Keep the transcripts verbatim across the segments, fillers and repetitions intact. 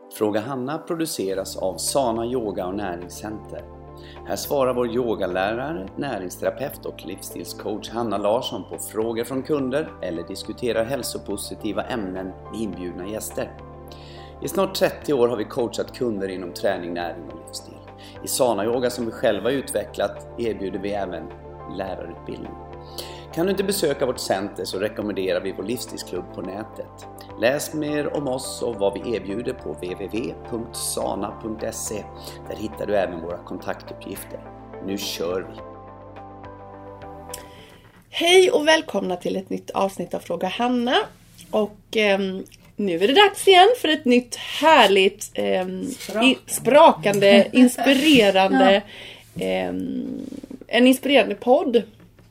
Fråga Hanna produceras av Sana Yoga och Näringscenter. Här svarar vår yogalärare, näringsterapeut och livsstilscoach Hanna Larsson på frågor från kunder eller diskuterar hälsopositiva ämnen med inbjudna gäster. I snart trettio år har vi coachat kunder inom träning, näring och livsstil. I Sana Yoga som vi själva utvecklat erbjuder vi även lärarutbildning. Kan du inte besöka vårt center så rekommenderar vi vår livsstilsklubb på nätet. Läs mer om oss och vad vi erbjuder på w w w punkt sana punkt se. Där hittar du även våra kontaktuppgifter. Nu kör vi! Hej och välkomna till ett nytt avsnitt av Fråga Hanna. Och eh, nu är det dags igen för ett nytt härligt, eh, i, sprakande, inspirerande, eh, en inspirerande podd.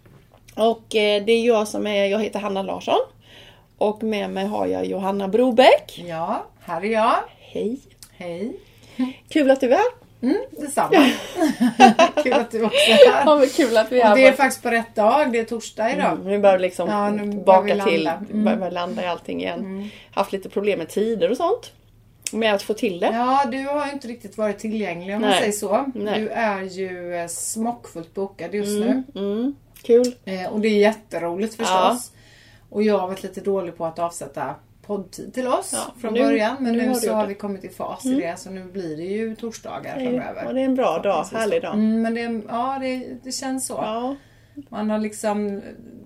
Och eh, det är jag som är, jag heter Hanna Larsson. Och med mig har jag Johanna Brobeck. Ja, här är jag. Hej. Hej. Kul att du är här. Mm, detsamma. Kul att du också är här. Ja, men kul att vi är här. Och det är faktiskt på rätt dag. Det är torsdag idag. Mm, nu börjar liksom ja, nu baka börjar till. Mm. Börjar landa i allting igen. Mm. Haft lite problem med tider och sånt. Med att få till det. Ja, du har ju inte riktigt varit tillgänglig om Nej. man säger så. Nej. Du är ju smockfullt bokad just mm. nu. Mm. Kul. Eh, och det är jätteroligt förstås. Ja. Och jag har varit lite dålig på att avsätta poddtid till oss ja, från nu, början. Men nu, nu har så har vi kommit i fas mm. i det. Så nu blir det ju torsdagar Nej, framöver. Och det är en bra dag, härlig dag. Mm, men det, ja, det, det känns så. Ja. Man har liksom...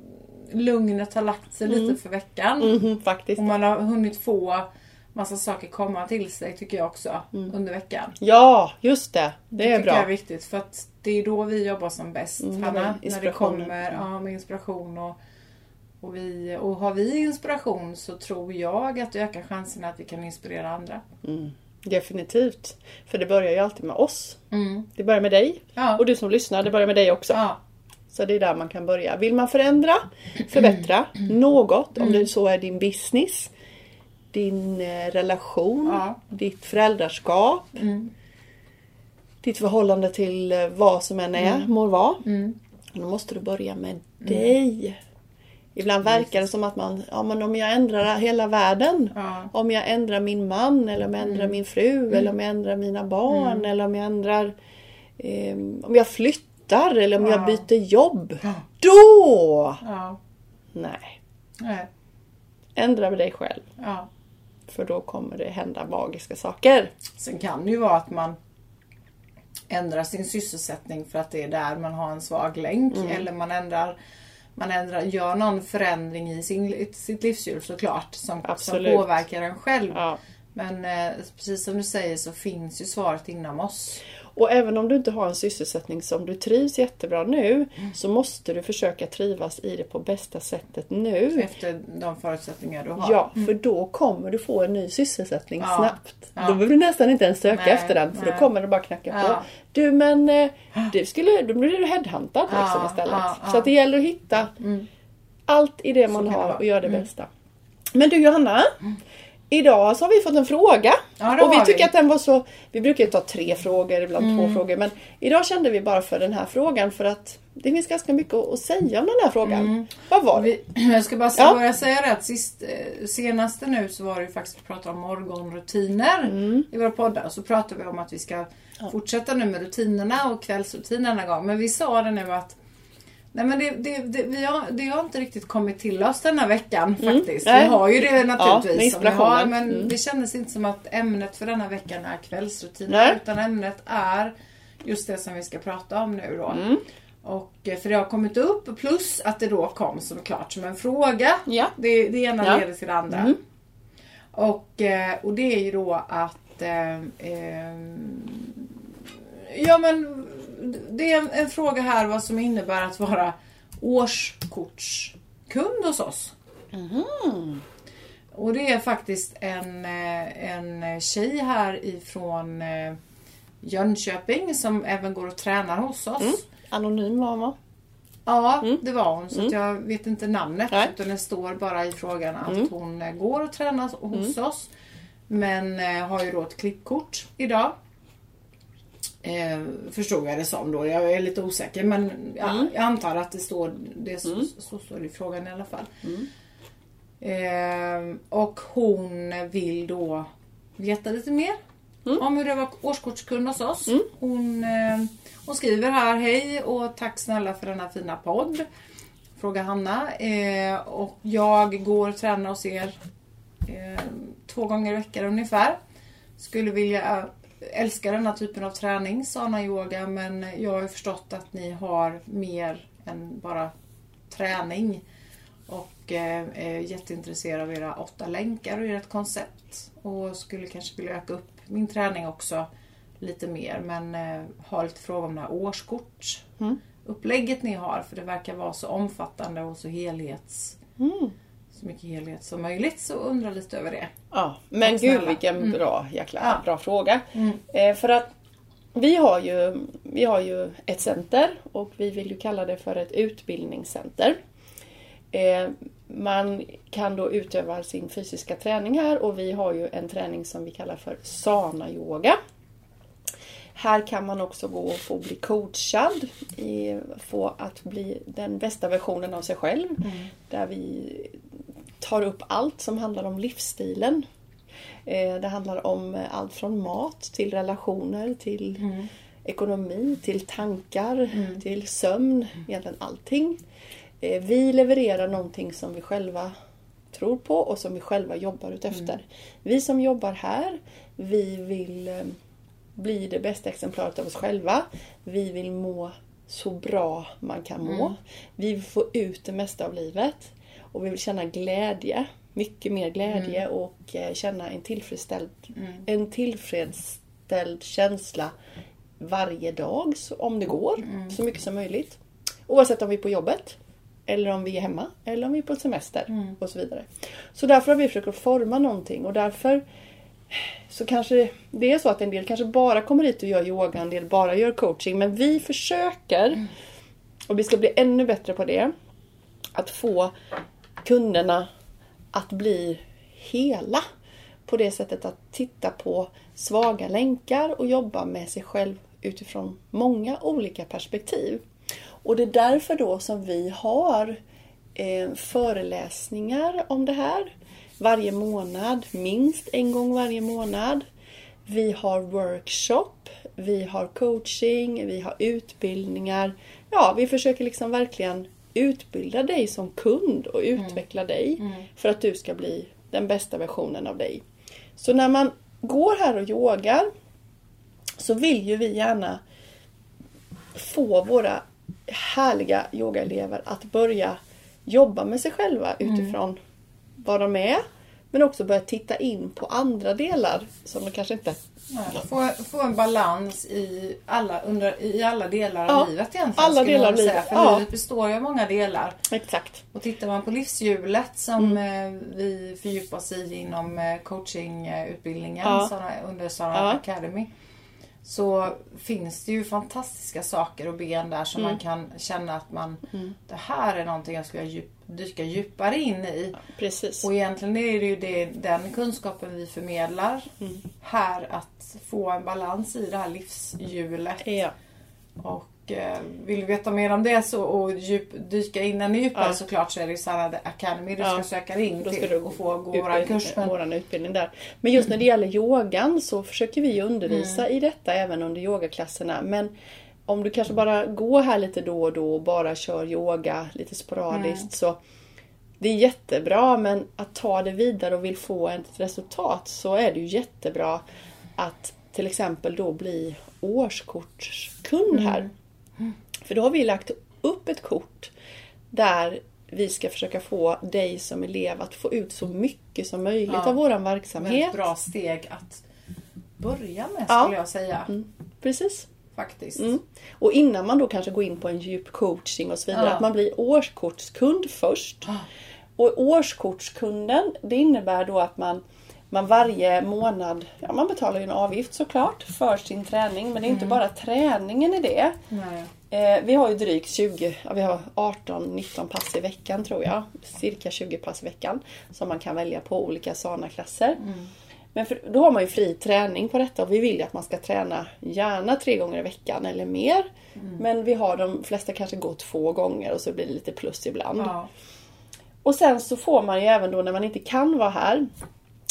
Lugnet har lagt sig mm. lite för veckan. Mm, faktiskt. Och man har hunnit få massa saker komma till sig tycker jag också mm. under veckan. Ja, just det. Det, det är bra. Det är viktigt för att det är då vi jobbar som bäst. Mm, Hanna, när det kommer ja, med inspiration och Och, vi, och har vi inspiration så tror jag att det ökar chansen att vi kan inspirera andra. Mm, definitivt. För det börjar ju alltid med oss. Mm. Det börjar med dig. Ja. Och du som lyssnar, det börjar med dig också. Ja. Så det är där man kan börja. Vill man förändra, förbättra mm. något. Om det så är din business, din eh, relation, ja. ditt föräldraskap. Mm. Ditt förhållande till eh, vad som än är, mm. må vara. Mm. Då måste du börja med mm. dig. Ibland verkar det som att man, ja men om jag ändrar hela världen, ja. om jag ändrar min man eller om jag ändrar mm. min fru mm. eller om jag ändrar mina barn mm. eller om jag ändrar, eh, om jag flyttar eller om ja. jag byter jobb, ja. då! Ja. Nej. Nej. Ändra med dig själv. Ja. För då kommer det hända magiska saker. Sen kan det ju vara att man ändrar sin sysselsättning för att det är där man har en svag länk mm. eller man ändrar Man ändrar, gör någon förändring i sin, sitt livsdjur såklart som, som påverkar en själv. Ja. Men eh, precis som du säger så finns ju svaret inom oss. Och även om du inte har en sysselsättning som du trivs jättebra nu mm. så måste du försöka trivas i det på bästa sättet nu. Efter de förutsättningar du har. Ja, för då kommer du få en ny sysselsättning ja. snabbt. Ja. Då behöver du nästan inte ens söka nej, efter den för nej. då kommer det bara knacka ja. på. Du men eh, du skulle, då blir du headhuntad ja. liksom istället. Ja. Ja. Så att det gäller att hitta mm. allt i det man så har och göra det mm. bästa. Men du Johanna, mm. idag så har vi fått en fråga. Ja, och vi tycker vi. att den var så... Vi brukar ju ta tre frågor, ibland mm. två frågor. Men idag kände vi bara för den här frågan. För att det finns ganska mycket att säga om den här frågan. Mm. Vad var det? Vi, jag ska bara ja. börja säga det att sist, senaste nu så var det ju faktiskt att prata om morgonrutiner mm. i våra poddar. Så pratade vi om att vi ska ja. fortsätta nu med rutinerna och kvällsrutinerna gång. Men vi sa det nu att Nej men det, det, det, vi har, det har inte riktigt kommit till oss den här veckan mm. faktiskt. Vi har ju det naturligtvis. Ja, som vi har, men mm. det kändes inte som att ämnet för den här veckan är kvällsrutiner. Nej. Utan ämnet är just det som vi ska prata om nu då. Mm. Och för det har kommit upp plus att det då kom som klart som en fråga. Ja. Det, det ena ja. leder till det andra. Mm. Och, och det är ju då att eh, eh, ja men det är en, en fråga här vad som innebär att vara årskortskund hos oss. Mm. Och det är faktiskt en, en tjej här ifrån Jönköping som även går och tränar hos oss. Mm. Anonym mamma. Ja, mm. det var hon. Så mm. att jag vet inte namnet. Nej. Utan det står bara i frågan att mm. hon går och tränar hos mm. oss. Men har ju då ett klippkort idag. Eh, förstod jag det som då. Jag är lite osäker. Men ja, mm. jag antar att det står det så, mm. så står det i frågan i alla fall. Mm. Eh, och hon vill då veta lite mer mm. om hur det var årskortskund hos oss. Mm. Hon, eh, hon skriver här: hej och tack snälla för den här fina podd. Fråga Hanna. Eh, och jag går och tränar hos er eh, två gånger i veckan ungefär. Skulle vilja älska den här typen av träning, sana yoga, men jag har förstått att ni har mer än bara träning. Och eh, är jätteintresserad av era åtta länkar och ert koncept. Och skulle kanske vilja öka upp min träning också lite mer. Men eh, har lite fråga om det här årskort. Mm. Upplägget ni har. För det verkar vara så omfattande och så helhets... Mm. Så mycket helhet som möjligt. Så undrar lite över det. Ja, men gud vilken mm. bra, jäkla ja. bra fråga. Mm. Eh, för att vi har, ju, vi har ju ett center. Och vi vill ju kalla det för ett utbildningscenter. Eh, man kan då utöva sin fysiska träning här. Och vi har ju en träning som vi kallar för sana yoga. Här kan man också gå och få bli coachad. I, få att bli den bästa versionen av sig själv. Mm. Där vi tar upp allt som handlar om livsstilen. Eh, det handlar om allt från mat till relationer, till mm. ekonomi, till tankar, mm. till sömn. Egentligen allting. Eh, vi levererar någonting som vi själva tror på och som vi själva jobbar ut efter. Mm. Vi som jobbar här, vi vill eh, bli det bästa exemplaret av oss själva. Vi vill må så bra man kan må. Mm. Vi vill få ut det mesta av livet. Och vi vill känna glädje. Mycket mer glädje. Mm. Och eh, känna en tillfredsställd, mm. en tillfredsställd känsla varje dag. Så, om det går. Mm. Så mycket som möjligt. Oavsett om vi är på jobbet. Eller om vi är hemma. Eller om vi är på semester. Mm. Och så vidare. Så därför har vi försökt att forma någonting. Och därför så kanske det är så att en del kanske bara kommer hit och gör yoga. En del bara gör coaching. Men vi försöker. Mm. Och vi ska bli ännu bättre på det. Att få kunderna att bli hela. På det sättet att titta på svaga länkar. Och jobba med sig själv utifrån många olika perspektiv. Och det är därför då som vi har eh, föreläsningar om det här. Varje månad. Minst en gång varje månad. Vi har workshop. Vi har coaching. Vi har utbildningar. Ja, vi försöker liksom verkligen utbilda dig som kund och utveckla mm. dig mm. för att du ska bli den bästa versionen av dig. Så när man går här och yogar så vill ju vi gärna få våra härliga yogaelever att börja jobba med sig själva utifrån mm. vad de är, men också börja titta in på andra delar som de kanske inte... Ja, få, få en balans i alla, under, i alla delar ja, av livet egentligen. Alla delar av livet. För ja. livet består ju av många delar. Exakt. Och tittar man på livshjulet som mm. eh, vi fördjupar oss i inom eh, coachingutbildningen ja. såna, under Sana ja. Academy. Så finns det ju fantastiska saker och ben där som mm. man kan känna att man mm. det här är någonting jag ska djup, dyka djupare in i. Ja, precis. Och egentligen är det ju det, den kunskapen vi förmedlar mm. här, att få en balans i det här livshjulet. Ja. Och eh, vill du veta mer om det så och djup, dyka in ännu djupare ja. såklart, så är det Sana Academy du ja. ska söka in till ska och få gå våra kurs. Våran utbildning där. Men just när det gäller yogan så försöker vi undervisa mm. i detta även under yogaklasserna. Men om du kanske bara går här lite då och då och bara kör yoga lite sporadiskt mm. så det är jättebra, men att ta det vidare och vill få ett resultat så är det ju jättebra att till exempel då bli årskortskund här. Mm. Mm. För då har vi lagt upp ett kort där vi ska försöka få dig som elev att få ut så mycket som möjligt ja. av våran verksamhet. Ett bra steg att börja med skulle ja. jag säga. Mm. Precis. Faktiskt. Mm. Och innan man då kanske går in på en djup coaching och så vidare. Ja. Att man blir årskortskund först. Ja. Och årskortskunden, det innebär då att man Man varje månad, ja man betalar ju en avgift såklart för sin träning. Men det är mm. inte bara träningen i det. Nej. Eh, vi har ju drygt tjugo, ja, vi har arton nitton pass i veckan tror jag. Cirka tjugo pass i veckan. Som man kan välja på olika sana-klasser. Mm. Men för, då har man ju fri träning på detta. Och vi vill ju att man ska träna gärna tre gånger i veckan eller mer. Mm. Men vi har de flesta kanske gå två gånger och så blir det lite plus ibland. Ja. Och sen så får man ju även då när man inte kan vara här.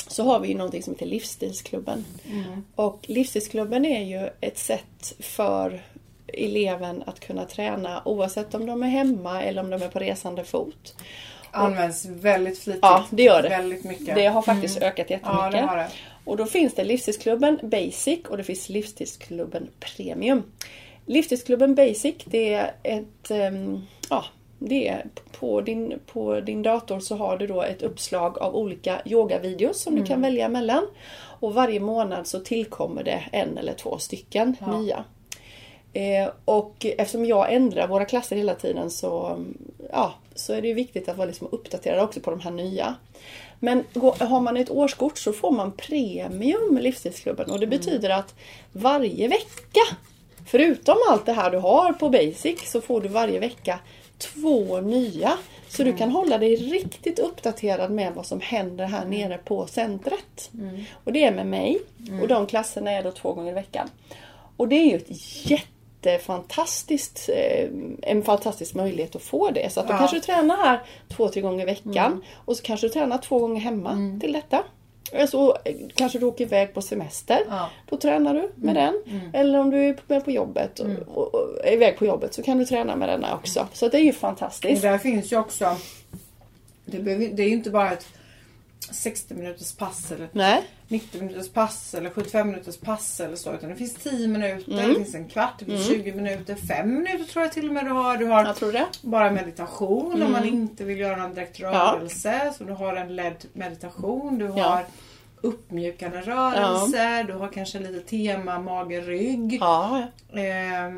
så har vi ju någonting som heter Livsstilsklubben. Mm. Och Livsstilsklubben är ju ett sätt för eleven att kunna träna oavsett om de är hemma eller om de är på resande fot. Används väldigt flitigt. Ja, det gör det. Väldigt mycket. Det har faktiskt mm. ökat jättemycket. Ja, det har det. Och då finns det Livsstilsklubben Basic och det finns Livsstilsklubben Premium. Livsstilsklubben Basic, det är ett... Um, ja, det är på din, på din dator så har du då ett uppslag av olika yogavideos som mm. du kan välja mellan. Och varje månad så tillkommer det en eller två stycken ja. nya. Eh, och eftersom jag ändrar våra klasser hela tiden så, ja, så är det ju viktigt att vara liksom uppdaterad också på de här nya. Men har man ett årskort så får man premium Livsstilsklubben. Och det betyder att varje vecka, förutom allt det här du har på Basic, så får du varje vecka två nya. Så mm. du kan hålla dig riktigt uppdaterad med vad som händer här mm. nere på centret. Mm. Och det är med mig. Mm. Och de klasserna är då två gånger i veckan. Och det är ju ett jättefantastiskt, en fantastisk möjlighet att få det. Så att ja. då kanske du tränar här två, tre gånger i veckan. Mm. Och så kanske du tränar två gånger hemma mm. till detta. Så kanske du åker iväg på semester. Ja. Då tränar du med mm. den. Mm. Eller om du är med på jobbet och, mm. och, och är iväg på jobbet så kan du träna med den också. Så det är ju fantastiskt. Och där finns ju också, det, behöver, det är ju inte bara ett sextio minuters pass eller Nej. nittio minuters pass eller sjuttiofem minuters pass eller så, utan det finns tio minuter, mm. det finns en kvart, det finns mm. tjugo minuter, fem minuter tror jag till och med du har. Du har jag tror det. bara meditation mm. om man inte vill göra någon direkt rörelse, ja. så du har en ledd meditation, du har ja. uppmjukande rörelser, ja. du har kanske lite tema mage, rygg, ja. eh,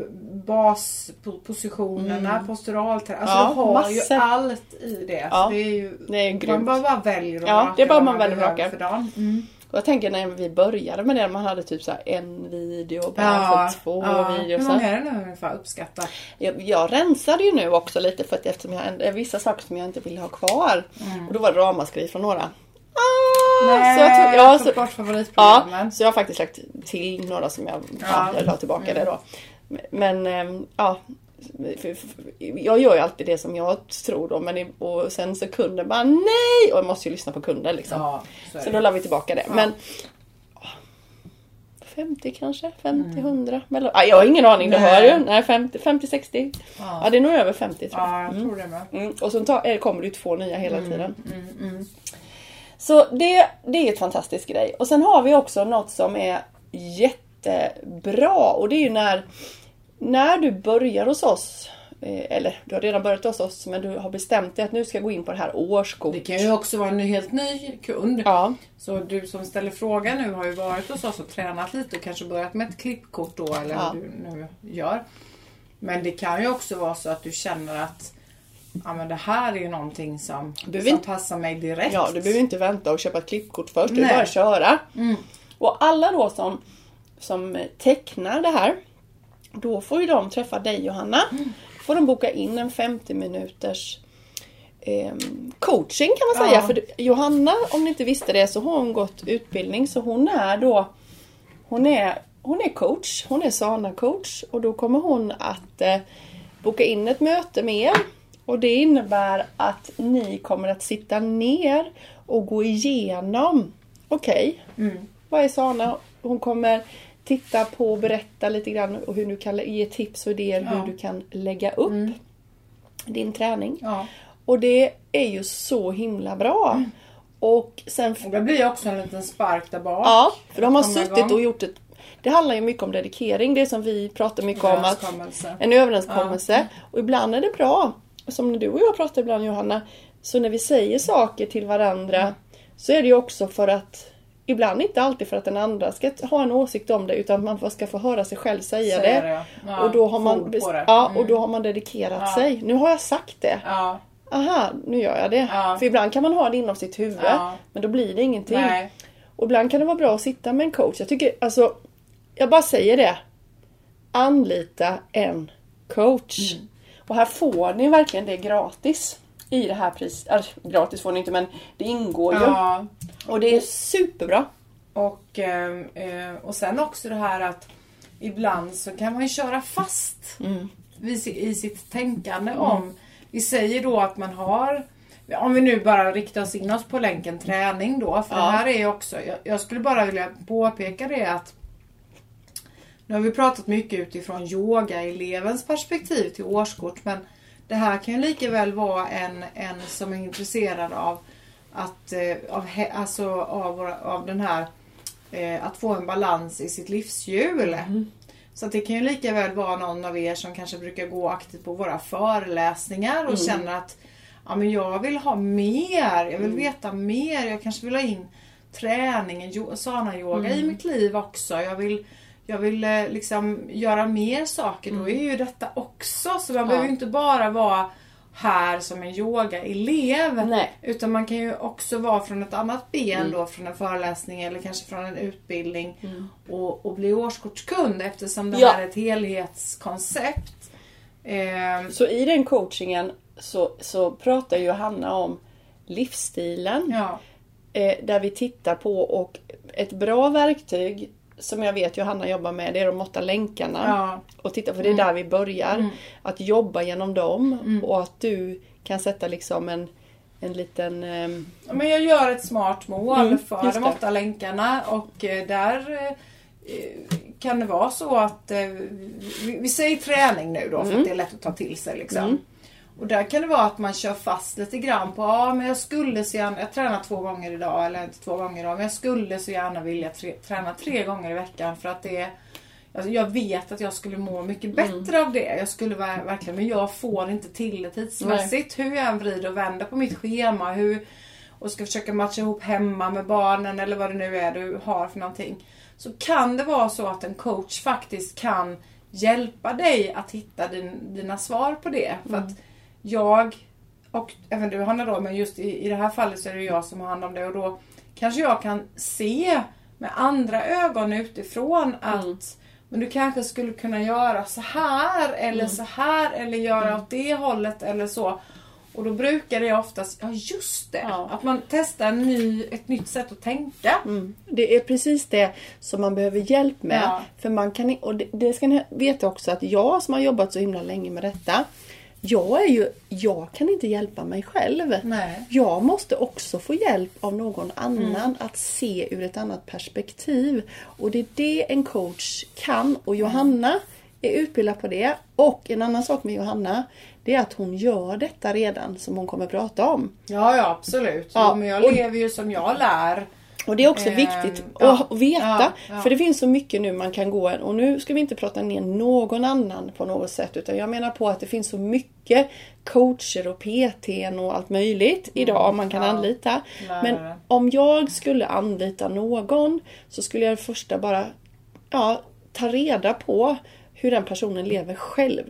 baspositionerna, mm. posturalt, alltså ja, du har massor. ju allt i det. Ja. Så det är ju, det är grymt. Man bara, bara väljer och ja, det är bara man väljer och rakar. För dagen. Mm. Och jag tänker när vi började med det, man hade typ så här en video, bara ja, för två ja. videos. Hur många är det nu ungefär uppskattat? Jag, jag rensade ju nu också lite för att eftersom jag är vissa saker som jag inte ville ha kvar. Mm. Och då var det ramaskri från några. Nej, så jag, tog, jag så, bort favoritprogrammen. Ja, så jag har faktiskt lagt till några som jag, ja. Ja, jag la tillbaka mm. det då. Men ja, för, för, jag gör ju alltid det som jag tror då, men och sen så kunden bara nej, och jag måste ju lyssna på kunden liksom. Ja, så, så då la vi tillbaka det. Ja. Men femtio kanske, femtio, mm. hundra mellan, ah, jag har ingen aning, det hör ju. Nej, femtio, femtio, sextio. Ja. Ja, det är nog över femtio tror jag. Ja, jag tror mm. det med. Mm. Och så tar, kommer det ju två nya hela mm. tiden. Mm. Mm. Så det, det är ett fantastiskt grej. Och sen har vi också något som är jättebra. Och det är ju när, när du börjar hos oss. Eller du har redan börjat hos oss. Men du har bestämt dig att nu ska gå in på det här årskort. Det kan ju också vara en helt ny kund. Ja. Så du som ställer frågan nu har ju varit hos oss och tränat lite. Och kanske börjat med ett klippkort då. Eller ja. hur du nu gör. Men det kan ju också vara så att du känner att ja, men det här är ju någonting som, som inte, passar mig direkt. Ja, du behöver inte vänta och köpa ett klippkort först. Nej. Du bara köra. Mm. Och alla då som, som tecknar det här, då får ju de träffa dig, Johanna. Mm. Får de boka in en femtio minuters eh, coaching kan man säga. Ja. För Johanna, om ni inte visste det, så har hon gått utbildning. Så hon är då, hon är, hon är coach. Hon är Sana-coach. Och då kommer hon att eh, boka in ett möte med er. Och det innebär att ni kommer att sitta ner och gå igenom. Okej, okay, mm. vad är Sana? Hon kommer titta på och berätta lite grann och hur du kan ge tips och idéer ja. hur du kan lägga upp mm. din träning. Ja. Och det är ju så himla bra. Mm. Och sen och det blir också en liten spark där bak. Ja, för de har suttit och gjort ett. Det handlar ju mycket om dedikering. Det som vi pratar mycket om. Att en överenskommelse. Ja. Och ibland är det bra. Som när du och jag pratar ibland, Johanna. Så när vi säger saker till varandra. Mm. Så är det ju också för att. Ibland inte alltid för att den andra ska ha en åsikt om det. Utan man ska få höra sig själv säga Säger det. det. Ja, och, då har man, ja, mm. och då har man dedikerat ja. sig. Nu har jag sagt det. Ja. Aha, nu gör jag det. Ja. För ibland kan man ha det inom sitt huvud. Ja. Men då blir det ingenting. Nej. Och ibland kan det vara bra att sitta med en coach. Jag tycker, alltså. Jag bara säger det. Anlita en coach. Mm. Och här får ni verkligen det gratis. I det här priset. Alltså, gratis får ni inte, men det ingår ju. Ja. Och det är superbra. Och, eh, och sen också det här att ibland så kan man ju köra fast mm. i sitt tänkande mm. om. Vi säger då att man har om vi nu bara riktar oss in oss på länken träning då. För ja. det här är ju också, jag, jag skulle bara vilja påpeka det att nu har vi pratat mycket utifrån yoga-elevens perspektiv till årskort. Men det här kan ju lika väl vara en, en som är intresserad av att av, alltså av, av den här att få en balans i sitt livshjul. Mm. Så att det kan ju lika väl vara någon av er som kanske brukar gå aktivt på våra föreläsningar och mm. känner att ja, men jag vill ha mer, jag vill mm. veta mer, jag kanske vill ha in träningen, asana-yoga mm. i mitt liv också. Jag vill, jag vill liksom göra mer saker, mm. då är ju detta också. Så man ja. behöver ju inte bara vara här som en yoga-elev. Nej. Utan man kan ju också vara från ett annat ben mm. då, från en föreläsning eller kanske från en utbildning mm. och, och bli årskortskund eftersom det ja. här är ett helhetskoncept. Eh, så i den coachingen så, så pratar Johanna om livsstilen. Ja. Eh, där vi tittar på, och ett bra verktyg som jag vet Johanna jobbar med, det är de åtta länkarna. Ja. Och titta, för det är mm. där vi börjar. Mm. Att jobba genom dem. Mm. Och att du kan sätta liksom en, en liten... Um... Ja, men jag gör ett smart mål mm, för de åtta länkarna. Och eh, där eh, kan det vara så att... Eh, vi, vi säger träning nu då, för mm. att det är lätt att ta till sig liksom. Mm. Och där kan det vara att man kör fast lite grann på, ja men jag skulle så gärna, jag tränar två gånger idag, eller inte två gånger idag, men jag skulle så gärna vilja tre, träna tre gånger i veckan för att det är, alltså jag vet att jag skulle må mycket bättre mm. av det. Jag skulle verkligen, men jag får inte till det tidsmässigt. Nej. Hur jag än vrider och vänder på mitt schema, hur, och ska försöka matcha ihop hemma med barnen eller vad det nu är du har för någonting. Så kan det vara så att en coach faktiskt kan hjälpa dig att hitta din, dina svar på det. För att jag, och även du Hanna då, men just i, i det här fallet så är det jag som har hand om det. Och då kanske jag kan se med andra ögon utifrån att mm. men du kanske skulle kunna göra så här eller mm. så här eller göra mm. åt det hållet eller så. Och då brukar det oftast, ja just det, ja. att man testar en ny, ett nytt sätt att tänka. Mm. Det är precis det som man behöver hjälp med. Ja. För man kan, och det, det ska ni veta också att jag som har jobbat så himla länge med detta, jag är ju, jag kan inte hjälpa mig själv. Nej. Jag måste också få hjälp av någon annan mm. att se ur ett annat perspektiv. Och det är det en coach kan. Och Johanna är utbildad på det. Och en annan sak med Johanna, det är att hon gör detta redan som hon kommer prata om. Ja, ja absolut. Ja, jo, men jag lever ju som jag lär. Och det är också eh, viktigt ja, att veta. Ja, ja. För det finns så mycket nu man kan gå. Och nu ska vi inte prata ner någon annan på något sätt. Utan jag menar på att det finns så mycket coacher och P T och allt möjligt mm, idag man kan ja, anlita. Men om jag skulle anlita någon så skulle jag först bara ja, ta reda på hur den personen lever själv.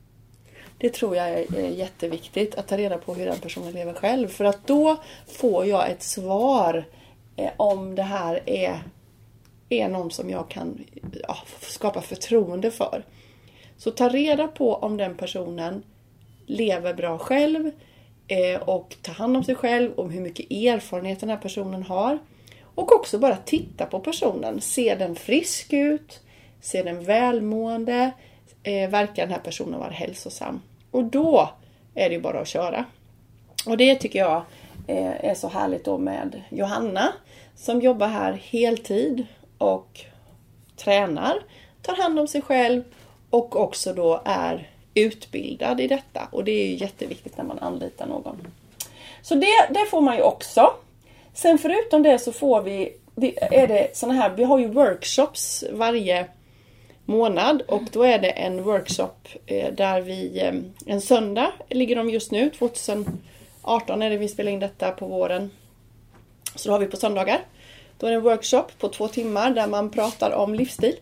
Det tror jag är jätteviktigt. Att ta reda på hur den personen lever själv. För att då får jag ett svar om det här är, är någon som jag kan ja, skapa förtroende för. Så ta reda på om den personen lever bra själv eh, och ta hand om sig själv, om hur mycket erfarenhet den här personen har. Och också bara titta på personen. Ser den frisk ut? Ser den välmående? Eh, verkar den här personen vara hälsosam? Och då är det ju bara att köra. Och det tycker jag är så härligt då med Johanna som jobbar här heltid och tränar, tar hand om sig själv och också då är utbildad i detta. Och det är ju jätteviktigt när man anlitar någon. Så det, det får man ju också. Sen förutom det så får vi, är det såna här, vi har ju workshops varje månad och då är det en workshop där vi, en söndag ligger de just nu, tjugoarton är det vi spelar in detta på våren. Så då har vi på söndagar. Då är det en workshop på två timmar där man pratar om livsstil,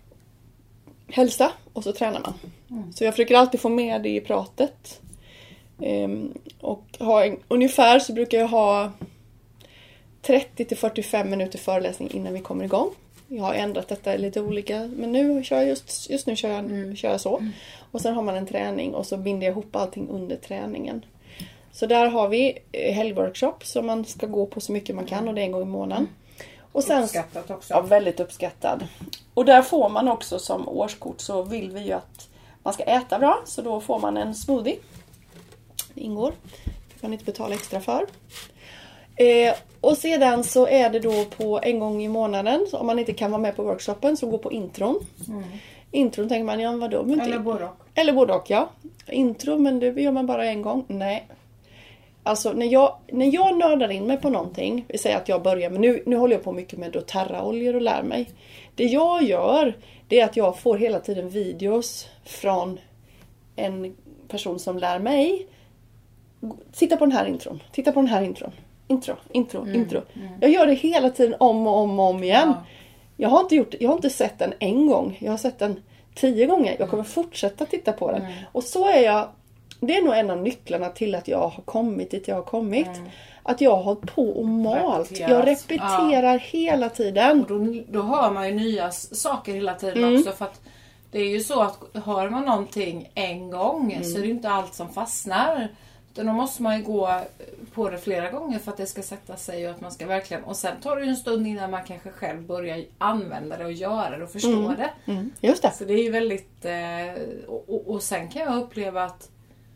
hälsa och så tränar man. Mm. Så jag försöker alltid få med det i pratet. Ehm, och ha en, ungefär så brukar jag ha trettio till fyrtiofem minuter föreläsning innan vi kommer igång. Jag har ändrat detta lite olika, men nu kör jag just, just nu kör jag, mm. kör jag så. Mm. Och sen har man en träning och så binder jag ihop allting under träningen. Så där har vi helgworkshop som man ska gå på så mycket man kan och det är en gång i månaden. Och sen, uppskattat också. Ja, väldigt uppskattad. Och där får man också som årskort så vill vi ju att man ska äta bra. Så då får man en smoothie. Det ingår. får man inte betala extra för. Eh, och sedan så är det då på en gång i månaden, så om man inte kan vara med på workshopen så gå på intron. Mm. Intron tänker man, ja vadå? Men Eller både och. Eller både och, ja. Intro, men det gör man bara en gång. Nej. Alltså när jag, när jag nördar in mig på någonting, vi säger att jag börjar, men nu, nu håller jag på mycket med doTERRA-oljor och lär mig. Det jag gör, det är att jag får hela tiden videos från en person som lär mig. Titta på den här intron, titta på den här intron. Intro, intro, mm, intro. Mm. Jag gör det hela tiden om och om och om igen. Ja. Jag har inte gjort, jag har inte sett den en gång. Jag har sett den tio gånger. Jag kommer fortsätta titta på den. Mm. Och så är jag, det är nog en av nycklarna till att jag har kommit dit jag har kommit. Mm. Att jag har hållit på och malt. Repeterat. Jag repeterar ja. hela tiden. Och då, då hör man ju nya saker hela tiden mm. också. För att det är ju så att hör man någonting en gång mm. så är det inte allt som fastnar. Utan då måste man ju gå på det flera gånger för att det ska sätta sig och att man ska verkligen... Och sen tar det ju en stund innan man kanske själv börjar använda det och göra det och förstå mm. det. Mm. Just det. Så det är ju väldigt... Eh, och, och, och sen kan jag uppleva att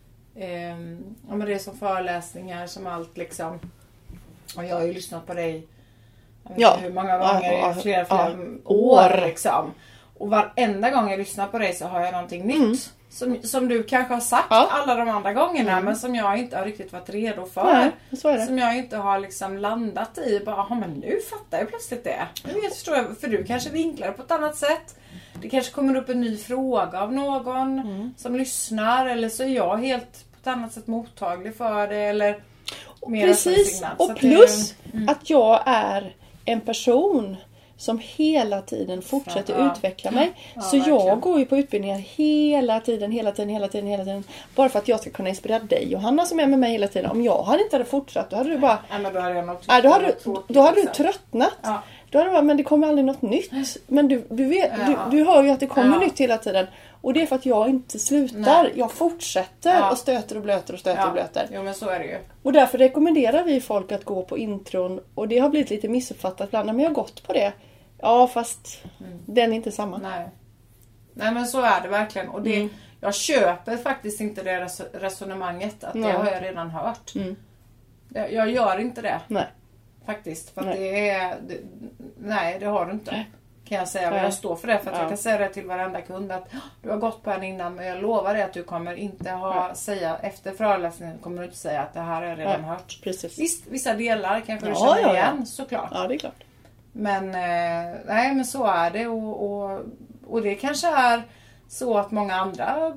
eh, ja, men det är som föreläsningar som allt liksom... Och jag har ju lyssnat på dig jag vet ja. inte hur många gånger ja, ja, flera, flera ja. år liksom. Och varenda gång jag lyssnar på dig så har jag någonting nytt. Mm. Som, som du kanske har sagt ja. alla de andra gångerna mm. men som jag inte har riktigt varit redo för. Nej, så är det. Som jag inte har liksom landat i. Bara, men nu fattar jag plötsligt det. Nu vet, förstår jag, för du kanske vinklar på ett annat sätt. Det kanske kommer upp en ny fråga av någon mm. som lyssnar. Eller så är jag helt på ett annat sätt mottaglig för det. Eller mer precis, och plus att, det, mm. att jag är en person som hela tiden fortsätter ja. utveckla mig. Ja, så verkligen. Jag går ju på utbildningar hela tiden, hela tiden, hela tiden, hela tiden. Bara för att jag ska kunna inspirera dig, Johanna, som är med mig hela tiden. Om jag hade inte hade fortsatt, då hade du bara... Nej, men då hade jag något äh, då hade, du, då hade du tröttnat. Ja. Då hade du bara, men det kommer aldrig något nytt. Men du, du, vet, ja. du, du hör ju att det kommer ja. nytt hela tiden. Och det är för att jag inte slutar. Nej. Jag fortsätter ja. och stöter och blöter och stöter ja. och blöter. Jo, men så är det ju. Och därför rekommenderar vi folk att gå på intron. Och det har blivit lite missuppfattat ibland. Men jag har gått på det. Ja, fast mm. den är inte samma. Nej. Nej, men så är det verkligen. Och det, mm. jag köper faktiskt inte det res- resonemanget. Att nej. Det har jag redan hört. Mm. Jag, jag gör inte det. Nej. Faktiskt. För att det är... Det, nej, det har du inte. Nej. Kan jag säga. Men jag står för det. För att ja. jag kan säga det till varenda kund. Att du har gått på en innan. Men jag lovar dig att du kommer inte ha... Säga, efter föreläsningen kommer du inte säga att det här har jag redan ja. hört. Precis. Visst, vissa delar kanske ja, du känner ja, igen. Ja. Såklart. Ja, det är klart. Men eh, nej, men så är det och, och, och det kanske är så att många andra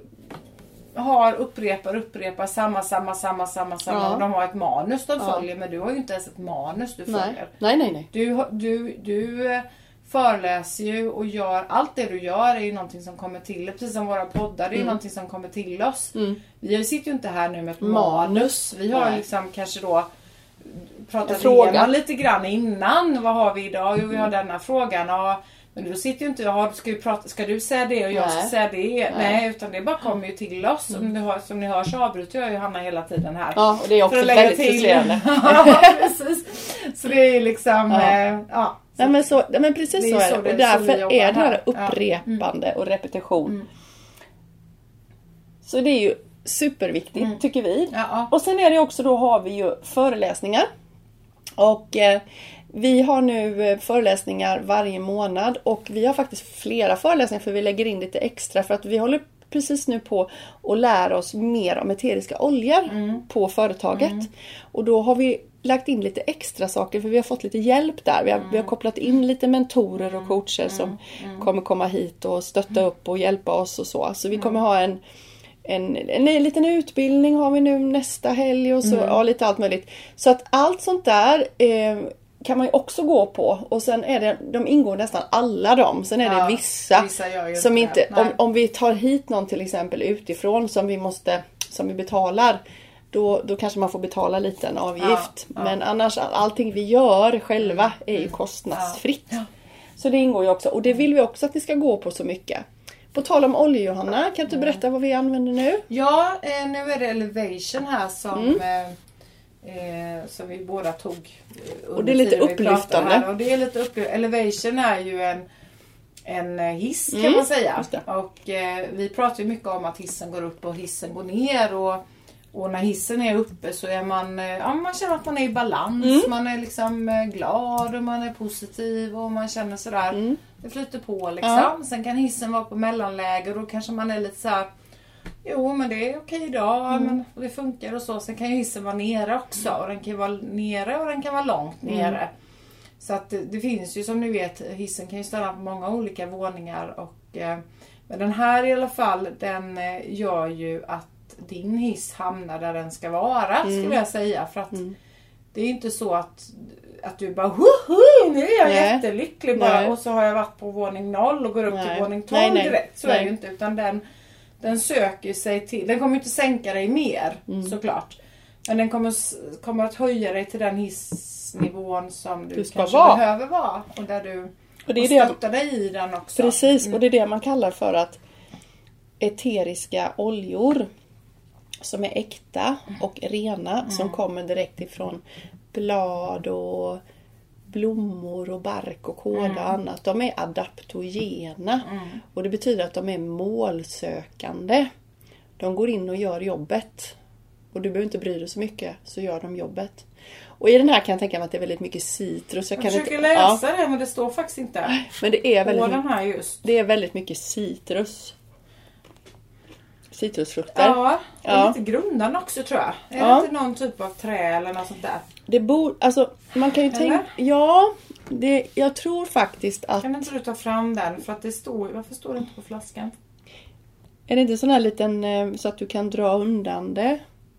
har upprepar, upprepar samma, samma, samma, samma, samma ja. och de har ett manus de ja. följer, men du har ju inte ens ett manus du följer. Nej, nej, nej. Du, du, du föreläser ju och gör, allt det du gör är ju någonting som kommer till, precis som våra poddar, det är ju mm. någonting som kommer till oss. Mm. Vi sitter ju inte här nu med ett manus, manus. Vi har nej. liksom kanske då pratat igenom lite grann innan. Vad har vi idag? Jo, vi har denna frågan. Och, men då sitter ju inte jag. Ska, vi prata, ska du säga det och jag ska säga det? Nej. Nej, utan det bara kommer ju till oss. Mm. Som, ni hör, som ni hör så avbryter jag ju Hanna hela tiden här. Ja, och det är också väldigt frustrerande. Ja, precis. Så det är ju liksom... Ja. Eh, ja, ja, men, så, men precis så är det. Och därför är det här upprepande ja. och repetition. Mm. Så det är ju superviktigt mm. tycker vi. Ja. Och sen är det också då har vi ju föreläsningar. Och eh, vi har nu föreläsningar varje månad och vi har faktiskt flera föreläsningar för vi lägger in lite extra för att vi håller precis nu på att lära oss mer om eteriska oljor mm. på företaget. Mm. Och då har vi lagt in lite extra saker för vi har fått lite hjälp där. Vi har, mm. vi har kopplat in lite mentorer och coacher mm. som mm. kommer komma hit och stötta mm. upp och hjälpa oss och så. Så vi kommer ha en En, en, en liten utbildning har vi nu nästa helg och så, mm. ja, lite allt möjligt. Så att allt sånt där eh, kan man ju också gå på. Och sen är det, de ingår nästan alla dem. Sen är det ja, vissa, vissa som inte, om, om vi tar hit någon till exempel utifrån som vi måste, som vi betalar. Då, då kanske man får betala lite en avgift. Ja, ja. Men annars, allting vi gör själva är ju kostnadsfritt. Ja. Så det ingår ju också. Och det vill vi också att det ska gå på så mycket. På tal om olja, Johanna, kan du berätta vad vi använder nu? Ja, eh, nu är det Elevation här som, mm. eh, som vi båda tog. Och det är lite upplyftande. Och det är lite upplyftande. Elevation är ju en, en hiss kan mm. man säga. Och eh, vi pratar ju mycket om att hissen går upp och hissen går ner. Och Och när hissen är uppe så är man, ja, man känner att man är i balans. Mm. Man är liksom glad och man är positiv och man känner sådär. Mm. Det flyter på liksom. Ja. Sen kan hissen vara på mellanläge och då kanske man är lite så här. Jo, men det är okej idag. Mm. Men det funkar och så. Sen kan ju hissen vara nere också. Och den kan ju vara nere och den kan vara långt nere. Mm. Så att det, det finns ju, som ni vet, hissen kan ju stanna på många olika våningar. Och, eh, men den här i alla fall, den eh, gör ju att din hiss hamnar där den ska vara, mm. skulle jag säga. För att mm. det är inte så att, att du bara, hoho, nu är jag nej. jättelycklig bara. Nej. Och så har jag varit på våning noll och går upp nej. till våning tolv nej, nej. direkt. Så nej. är det ju inte, utan den, den söker sig till, den kommer inte sänka dig mer, mm. såklart. Men den kommer, kommer att höja dig till den hissnivån som du, du ska kanske vara. behöver vara. Och där du och det är stöttar det, dig i den också. Precis, mm. och det är det man kallar för att eteriska oljor som är äkta och rena, mm. som kommer direkt ifrån blad och blommor och bark och kåda mm. och annat. De är adaptogena, mm. och det betyder att de är målsökande. De går in och gör jobbet. Och du behöver inte bry dig så mycket, så gör de jobbet. Och i den här kan jag tänka mig att det är väldigt mycket citrus. Jag, jag kan försöker inte, läsa ja. det, men det står faktiskt inte. Men det är väldigt, på den här just. Det är väldigt mycket citrus. Citrusfrukter. Ja, och ja. lite grundan också tror jag. Är ja. det inte någon typ av trä eller något sånt där? Det bor, alltså man kan ju tänka, ja, det, jag tror faktiskt att... Kan inte du ta fram den? För att det står, varför står det inte på flaskan? Är det inte sån här liten, så att du kan dra undan det?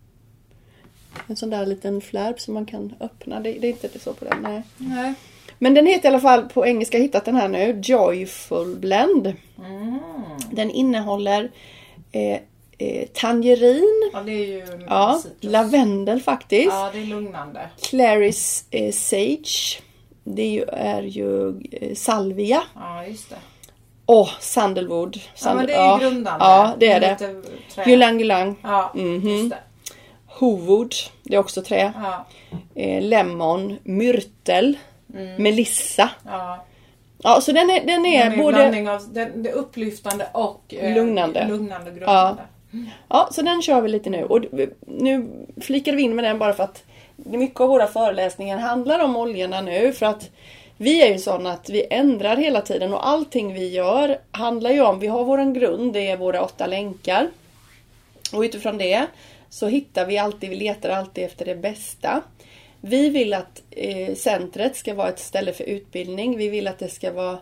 En sån där liten flärp som man kan öppna. Det, det är inte det så på den, nej. Nej. Men den heter i alla fall, på engelska, jag har hittat den här nu, Joyful Blend. Mm. Den innehåller eh, eh, tangerin. Ja, det är ju ja, lavendel faktiskt. Ja, det är lugnande. Claris eh, Sage. Det är ju, är ju eh, salvia. Ja, just det. Och sandalwood. Sandal, ja, men det är ju grundande. Ja, det är det. Ylang ylang. Ja, mm-hmm. just det. Hovwood, det är också trä. Ja. Eh, lemon, myrtel, mm. melissa. Ja. Ja, så den är, den är, den är både av, den, det är upplyftande och eh, lugnande. lugnande grundande. Ja. ja, så den kör vi lite nu. Och nu flikar vi in med den bara för att mycket av våra föreläsningar handlar om oljorna nu. För att vi är ju sådana att vi ändrar hela tiden och allting vi gör handlar ju om, vi har våran grund, det är våra åtta länkar. Och utifrån det så hittar vi alltid, vi letar alltid efter det bästa. Vi vill att eh, centret ska vara ett ställe för utbildning. Vi vill att det ska vara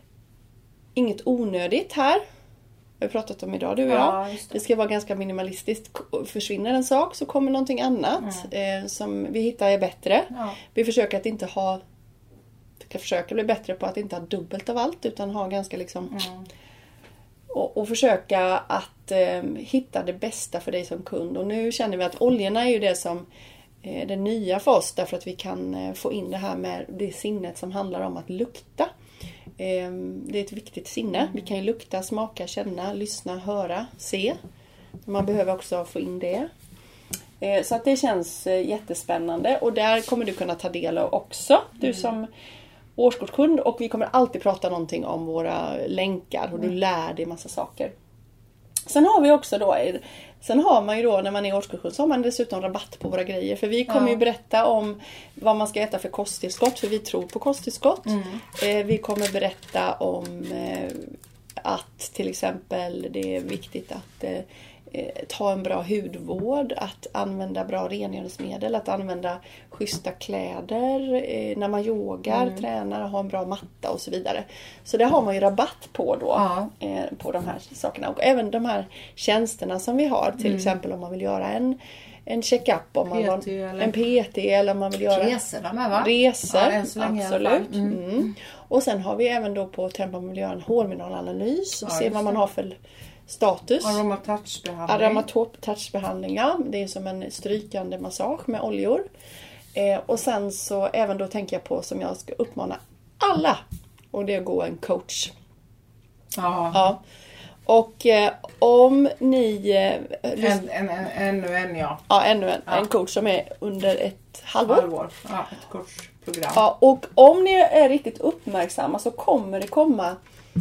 inget onödigt här. Vi har pratat om idag, du och jag. Ja, det. det ska vara ganska minimalistiskt. Försvinner en sak så kommer någonting annat mm. eh, som vi hittar är bättre. Ja. Vi försöker att inte ha, vi ska försöka bli bättre på att inte ha dubbelt av allt utan ha ganska liksom mm. och, och försöka att eh, hitta det bästa för dig som kund. Och nu känner vi att oljorna är ju det som eh, det nya för oss, därför att vi kan eh, få in det här med det sinnet som handlar om att lukta. Eh, det är ett viktigt sinne. Mm. Vi kan ju lukta, smaka, känna, lyssna, höra, se. Man behöver också få in det. Eh, så att det känns eh, jättespännande. Och där kommer du kunna ta del av också. Du mm. som årskortkund. Och vi kommer alltid prata någonting om våra länkar. Och du lär dig massa saker. Sen har vi också då, sen har man ju då när man är årskortkund så har man dessutom rabatt på våra grejer. För vi kommer ja. ju berätta om vad man ska äta för kosttillskott, för vi tror på kosttillskott. Mm. Eh, vi kommer berätta om eh, att till exempel det är viktigt att eh, ta en bra hudvård, att använda bra rengöringsmedel, att använda schyssta kläder eh, när man yogar, mm. tränar, ha en bra matta och så vidare. Så det har man ju rabatt på då, ja. eh, på de här sakerna. Och även de här tjänsterna som vi har, till mm. exempel om man vill göra en en check-up, om man P T, var, eller? en P T eller om man vill göra resor, med, va? resor, ja, absolut. Mm. Mm. Och sen har vi även då på Tempo om man vill göra en hårmineralanalys och ja, se vad man har för status. Aromatouchbehandling. Aromatouchbehandling, ja. Det är som en strykande massage med oljor. Eh, och sen så även då tänker jag på, som jag ska uppmana alla, och det är att gå en coach. Ja. Ja. Och eh, om ni... Eh, en, en, en, ännu en, ja. Ja, ännu en. Ja. En coach som är under ett halvår. halvår. Ja, ett coachprogram. Ja, och om ni är riktigt uppmärksamma så kommer det komma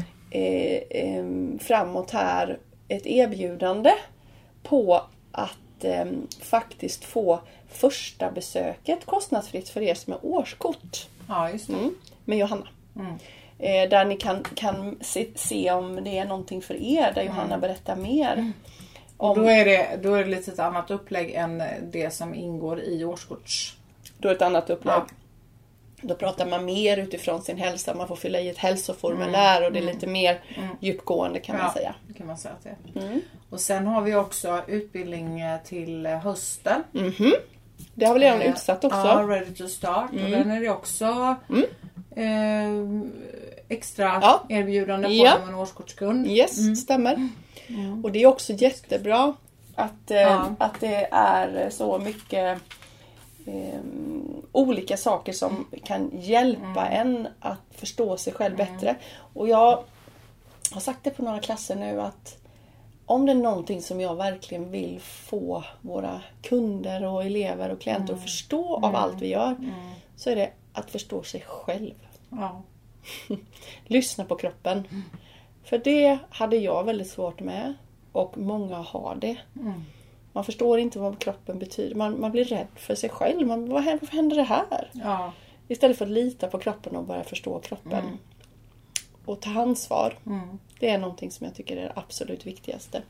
eh, eh, framåt här ett erbjudande på att att eh, faktiskt få första besöket kostnadsfritt för er som är årskort. Ja, just det. Mm, med Johanna. Mm. Eh, där ni kan, kan se, se om det är någonting för er, där Johanna Mm. berättar mer. Mm. Om, Och då är, det, då är det lite ett annat upplägg än det som ingår i årskorts. då är det ett annat upplägg. Ja. Då pratar man mer utifrån sin hälsa. Man får fylla i ett hälsoformulär Mm. och det är lite mer Mm. djupgående kan man Ja, säga. det kan man säga att det är. Mm. Och sen har vi också utbildning till hösten. Mhm. Det har vi redan Eh, utsatt också. Ja, ready to start. Mm. Och den är det också Mm. eh, extra Ja. erbjudande på Ja. om en årskortskund. Yes, Mm. stämmer. Mm. Och det är också jättebra att, eh, Ja. att det är så mycket eh, olika saker som kan hjälpa Mm. en att förstå sig själv Mm. bättre. Och jag har sagt det på några klasser nu att om det är någonting som jag verkligen vill få våra kunder och elever och klienter Mm. att förstå av Mm. allt vi gör, Mm. så är det att förstå sig själv. Ja. Lyssna på kroppen. Mm. För det hade jag väldigt svårt med. Och många har det. Mm. Man förstår inte vad kroppen betyder. Man, man blir rädd för sig själv. Man, vad händer, vad händer det här? Ja. Istället för att lita på kroppen och börja förstå kroppen. Mm. Och ta ansvar. Mm. Det är någonting som jag tycker är det absolut viktigaste.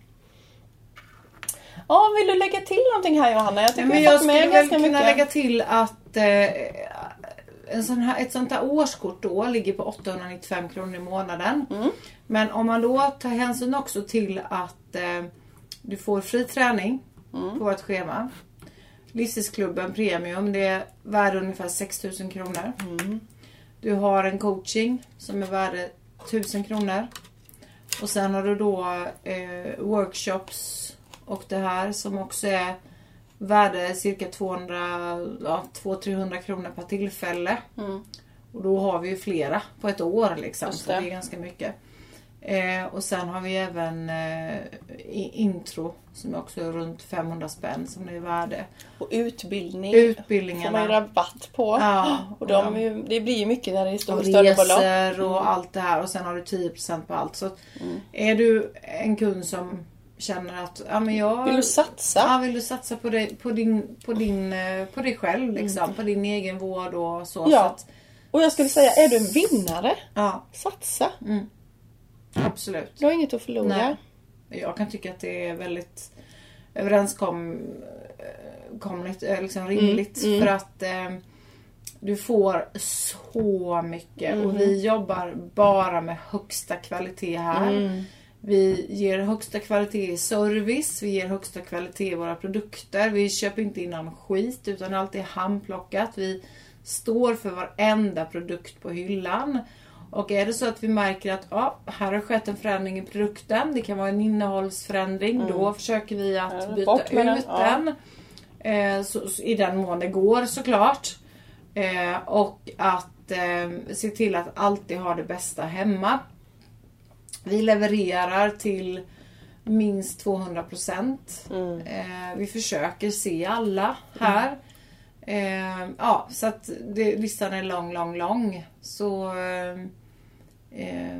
Ja, vill du lägga till någonting här, Johanna? Jag tycker Men vi jag har fått skulle med väl ganska kunna mycket. lägga till att eh, en sån här, ett sånt här årskort då ligger på åttahundranittiofem kronor i månaden. Mm. Men om man då tar hänsyn också till att eh, du får fri träning Mm. på ett schema. Livsstilsklubben Premium, det är värde ungefär sex tusen kronor. Mm. Du har en coaching som är värde tusen kronor. Och sen har du då eh, workshops och det här som också är värde cirka tvåhundra, ja, tvåhundra till trehundra kronor per tillfälle. Mm. Och då har vi ju flera på ett år liksom. Just Så det. det är ganska mycket. Eh, och sen har vi även eh, i- intro som också är runt femhundra spänn som är värde. Och utbildning Utbildningarna. får man ju rabatt på. Ja, Och de, ja. är ju- det blir ju mycket när det är Och stor, större bolag. resor och Mm. allt det här. Och sen har du tio procent på allt. Så Mm. är du en kund som känner att ja, men jag, Vill du satsa? Ja, vill du satsa på, dig, på, din, på, din, eh, på dig själv liksom. På din egen vård och så. Ja. så att, Och jag skulle säga, är du en vinnare? ja, Satsa. mm. Absolut. Du har inget att förlora. Nej. Jag kan tycka att det är väldigt överenskomligt, eh, liksom rimligt. Mm, mm. För att eh, du får så mycket. Mm. Och vi jobbar bara med högsta kvalitet här. Mm. Vi ger högsta kvalitet i service. Vi ger högsta kvalitet i våra produkter. Vi köper inte in någon skit utan allt är handplockat. Vi står för varenda produkt på hyllan. Och är det så att vi märker att ja, här har skett en förändring i produkten. Det kan vara en innehållsförändring. Mm. Då försöker vi Ja, att bort byta med den, ut ja. den. Eh, så, så, I den mån det går såklart. Eh, och att eh, se till att alltid ha det bästa hemma. Vi levererar till minst tvåhundra procent. Mm. Eh, vi försöker se alla här. Eh, ja, så att det, listan är lång, lång, lång. Så eh, eh,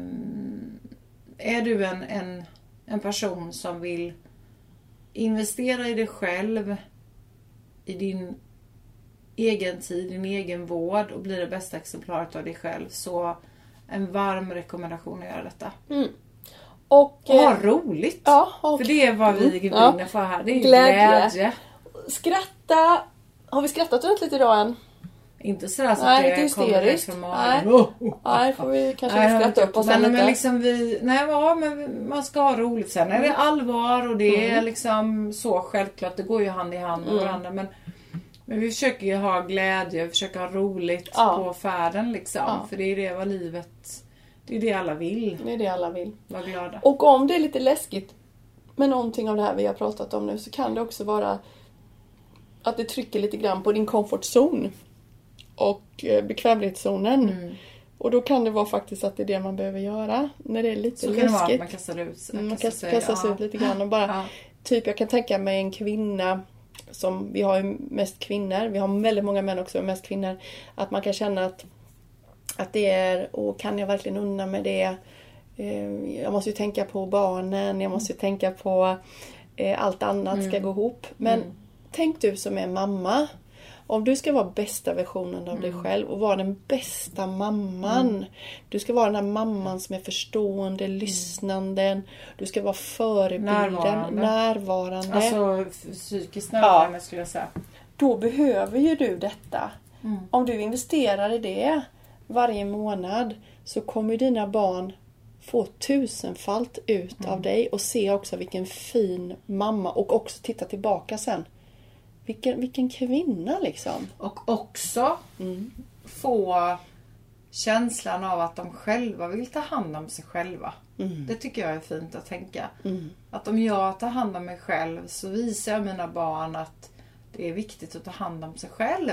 är du en, en, en person som vill investera i dig själv, i din egen tid, din egen vård och bli det bästa exemplaret av dig själv, så en varm rekommendation att göra detta. Mm. Och, Och ha eh, roligt! ja, och För det är vad vi Mm, brinner ja. för här. Det är Glädje. glädje. skratta. Har vi skrattat ordentligt idag än? Inte sådär så Nej, att inte det kommer direkt hysteriskt. från Nej. magen. Oh, oh. Nej, får vi kanske Nej, skratta upp oss men, lite. men liksom vi, nej, ja, men man ska ha roligt. Sen är det allvar och det är Mm. liksom så självklart. Det går ju hand i hand med Mm. varandra. Men, men vi försöker ju ha glädje, vi försöker ha roligt Ja. på färden liksom. Ja. För det är det vad livet, det är det alla vill. Det är det alla vill. Vara glada. Och om det är lite läskigt med någonting av det här vi har pratat om nu, så kan det också vara att det trycker lite grann på din komfortzon och eh, bekvämlighetszonen. Mm. Och då kan det vara faktiskt att det är det man behöver göra när det är lite Så kan det vara att läskigt. man kastar ut sig. Mm, man kastar kastar, sig, kastas ja. ut lite grann och bara Ja. typ, jag kan tänka mig en kvinna som, vi har ju mest kvinnor, vi har väldigt många män också, men mest kvinnor, att man kan känna att att det är, och kan jag verkligen unna mig det? Eh, jag måste ju tänka på barnen, jag måste ju tänka på eh, allt annat mm. ska gå ihop. Men mm. tänk du som är mamma. Om du ska vara bästa versionen av dig mm. själv och vara den bästa mamman. Mm. Du ska vara den här mamman som är förstående, mm. lyssnande. Du ska vara förebilden, närvarande. närvarande. Alltså psykiskt närvarande ja. skulle jag säga. Då behöver ju du detta. Mm. Om du investerar i det varje månad så kommer dina barn få tusenfalt ut mm. av dig. Och se också vilken fin mamma. Och också titta tillbaka sen. Vilken, vilken kvinna liksom. Och också mm. få känslan av att de själva vill ta hand om sig själva. Mm. Det tycker jag är fint att tänka. Mm. Att om jag tar hand om mig själv så visar jag mina barn att det är viktigt att ta hand om sig själv.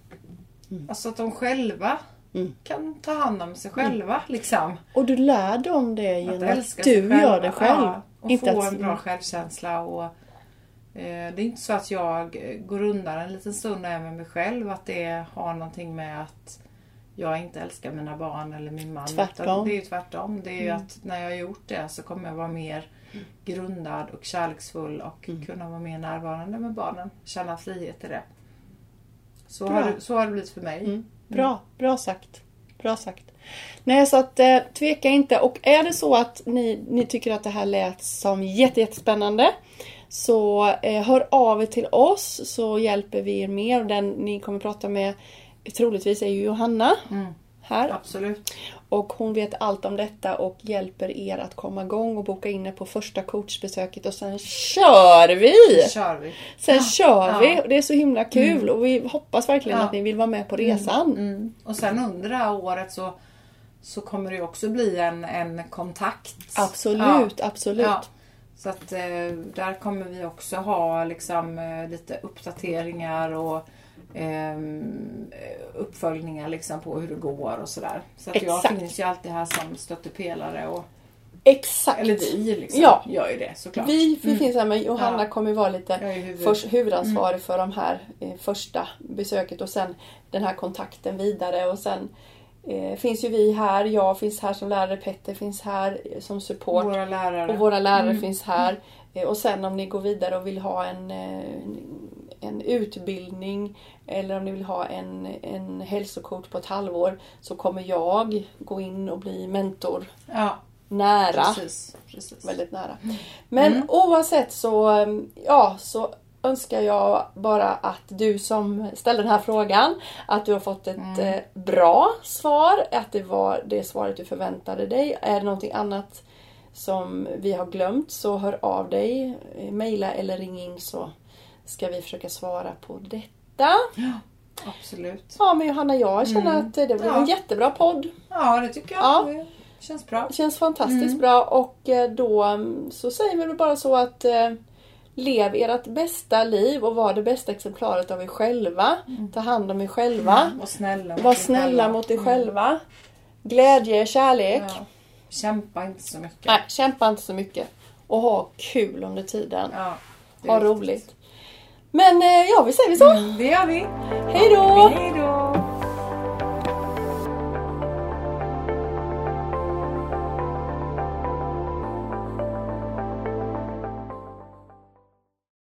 Mm. Alltså att de själva mm. kan ta hand om sig själva. Mm. Liksom. Och du lär dem det genom att, att du gör det själv. Ja, och inte få att... en bra självkänsla och det är inte så att jag går undan en liten stund när jag är med mig själv. Att det har någonting med att jag inte älskar mina barn eller min man. Tvärtom. Det är ju tvärtom. Det är ju mm. att när jag har gjort det så kommer jag vara mer mm. grundad och kärleksfull. Och mm. kunna vara mer närvarande med barnen. Känna frihet i det. Så, har det, så har det blivit för mig. Mm. Bra, bra sagt. Bra sagt. Nej, så att eh, tveka inte. Och är det så att ni, ni tycker att det här lät som jätte, jättespännande. Så eh, hör av er till oss så hjälper vi er mer. Den ni kommer prata med troligtvis är ju Johanna mm, här. Absolut. Och hon vet allt om detta och hjälper er att komma igång och boka in er på första coachbesöket. Och sen kör vi! Kör vi. Sen ja, kör ja. vi. Det är så himla kul mm. och vi hoppas verkligen ja. att ni vill vara med på resan. Mm. Mm. Och sen under det här året så, så kommer det också bli en, en kontakt. Absolut, ja. absolut. Ja. Så att eh, där kommer vi också ha liksom eh, lite uppdateringar och eh, uppföljningar liksom på hur det går och sådär. Så att Exakt. jag finns ju alltid här som stöttepelare och Exakt. Eller vi liksom ja. gör ju det såklart. Vi, vi mm. finns här med Johanna ja. kommer vara lite huvud. för, huvudansvarig mm. för de här eh, första besöket och sen den här kontakten vidare och sen Eh, finns ju vi här, jag finns här som lärare, Petter finns här som support. Våra lärare. Och våra lärare mm. finns här. Eh, och sen om ni går vidare och vill ha en, eh, en utbildning eller om ni vill ha en, en hälsocoach på ett halvår så kommer jag gå in och bli mentor. Ja. Nära. Precis. Precis. Väldigt nära. Men mm. oavsett så, ja, så önskar jag bara att du som ställde den här frågan att du har fått ett mm. bra svar. Att det var det svaret du förväntade dig. Är det någonting annat som vi har glömt så hör av dig. Maila eller ring in så ska vi försöka svara på detta. Ja, absolut. Ja, men Johanna, jag känner mm. att det blev ja. en jättebra podd. Ja, det tycker jag. Ja. Det känns bra. Det känns fantastiskt mm. bra. Och då så säger vi bara så att lev ert bästa liv och var det bästa exemplaret av er själva. Mm. Ta hand om er själva. Mm. Var snälla mot var snälla er mot er själva. Mm. Glädje, kärlek. Ja. Kämpa inte så mycket. Nej, kämpa inte så mycket. Och ha kul under tiden. Ja, ha roligt. Men ja, vi säger vi så. Mm, det gör vi. Hej då! Hej då!